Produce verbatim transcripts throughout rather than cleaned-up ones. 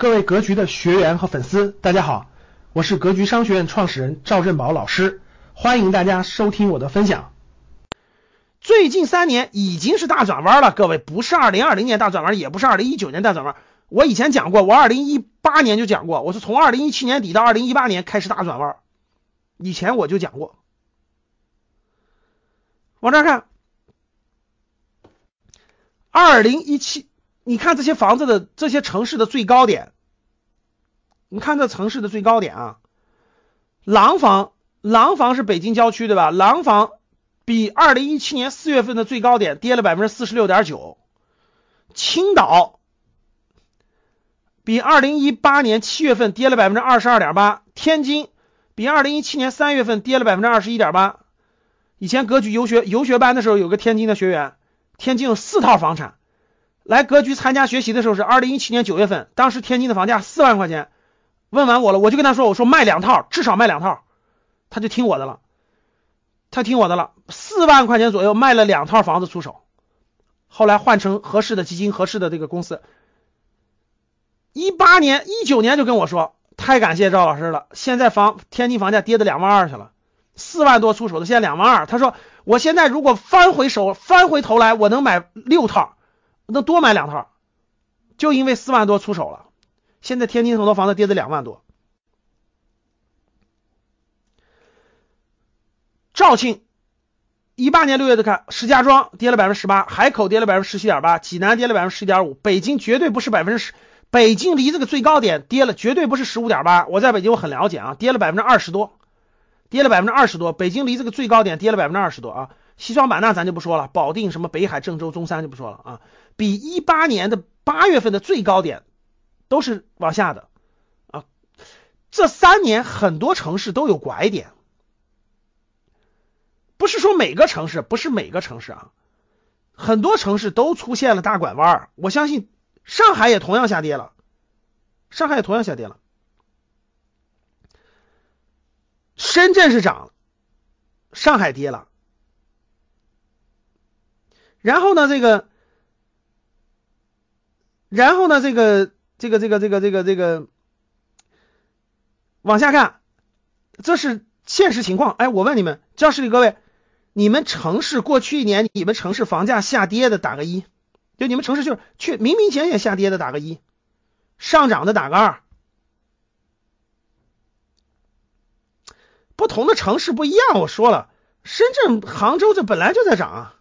各位格局的学员和粉丝，大家好，我是格局商学院创始人赵振宝老师，欢迎大家收听我的分享。最近三年已经是大转弯了，各位，不是二零二零年大转弯，也不是二零一九年大转弯。我以前讲过，我二零一八年就讲过，我是从二零一七年底到二零一八年开始大转弯，以前我就讲过。往这儿看，二零一七，你看这些房子的这些城市的最高点，你看这城市的最高点啊，廊坊，廊坊是北京郊区对吧？廊坊比二零一七年四月份的最高点跌了 百分之四十六点九， 青岛比二零一八年七月份跌了 百分之二十二点八， 天津比二零一七年三月份跌了 百分之二十一点八。 以前格局游学游学班的时候，有个天津的学员，天津有四套房产，来格局参加学习的时候是二零一七年九月份，当时天津的房价四万块钱，问完我了，我就跟他说，我说卖两套，至少卖两套，他就听我的了，他听我的了，四万块钱左右卖了两套房子出手，后来换成合适的基金，合适的这个公司。一八年一九年就跟我说，太感谢赵老师了，现在房天津房价跌到两万二去了，四万多出手的现在两万二，他说我现在如果翻回手翻回头来，我能买六套，能多买两套，就因为四万多出手了，现在天津很多房子跌到两万多。肇庆一八年六月的看，石家庄跌了 百分之十八， 海口跌了 百分之十七点八， 济南跌了 百分之十一点五， 北京绝对不是 百分之十， 北京离这个最高点跌了绝对不是 十五点八， 我在北京我很了解啊，跌了 百分之二十多，跌了 百分之二十多，北京离这个最高点跌了 百分之二十多啊。西双版纳咱就不说了，保定什么北海郑州中山就不说了啊，比一八年的八月份的最高点都是往下的啊。这三年很多城市都有拐点，不是说每个城市，不是每个城市啊，很多城市都出现了大拐弯。我相信上海也同样下跌了，上海也同样下跌了，深圳是涨了，上海跌了。然后呢，这个，然后呢，这个，这个，这个，这个，这个，这个，往下看，这是现实情况。哎，我问你们，教室里各位，你们城市过去一年，你们城市房价下跌的打个一，就你们城市就是去明明显显下跌的打个一，上涨的打个二。不同的城市不一样，我说了，深圳、杭州这本来就在涨啊。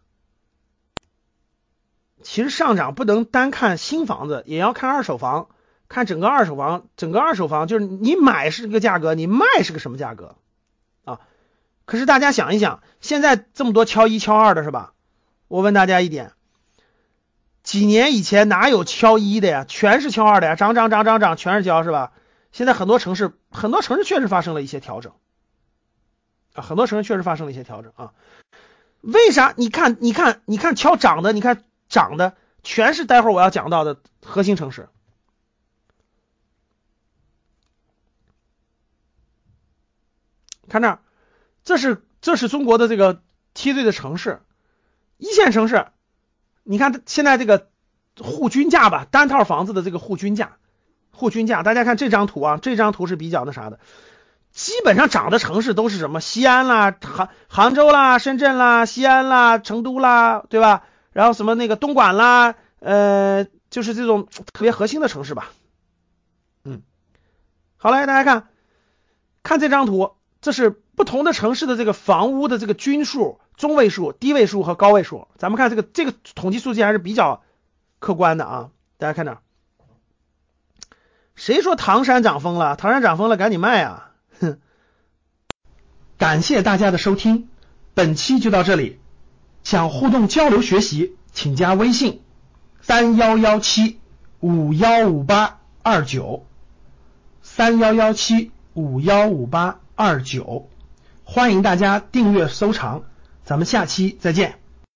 其实上涨不能单看新房子，也要看二手房，看整个二手房，整个二手房就是你买是个价格，你卖是个什么价格啊？可是大家想一想，现在这么多敲一敲二的是吧？我问大家一点，几年以前哪有敲一的呀？全是敲二的呀，涨涨涨涨涨，全是敲是吧？现在很多城市，很多城市确实发生了一些调整啊，很多城市确实发生了一些调整啊。为啥？你看，你看，你看敲涨的，你看。涨的全是待会儿我要讲到的核心城市，看这儿，这是这是中国的这个梯队的城市，一线城市，你看现在这个户均价吧，单套房子的这个户均价，户均价，大家看这张图啊，这张图是比较那啥的，基本上涨的城市都是什么？西安啦、杭杭州啦、深圳啦、西安啦、成都啦，对吧？然后什么那个东莞啦，呃，就是这种特别核心的城市吧。嗯，好来，大家看，看这张图，这是不同的城市的这个房屋的这个均数、中位数、低位数和高位数。咱们看这个这个统计数据还是比较客观的啊。大家看这儿，谁说唐山涨疯了？唐山涨疯了，赶紧卖啊！哼。感谢大家的收听，本期就到这里。想互动交流学习，请加微信三一一七五一五八二九三一一七五一五八二九，欢迎大家订阅收藏，咱们下期再见。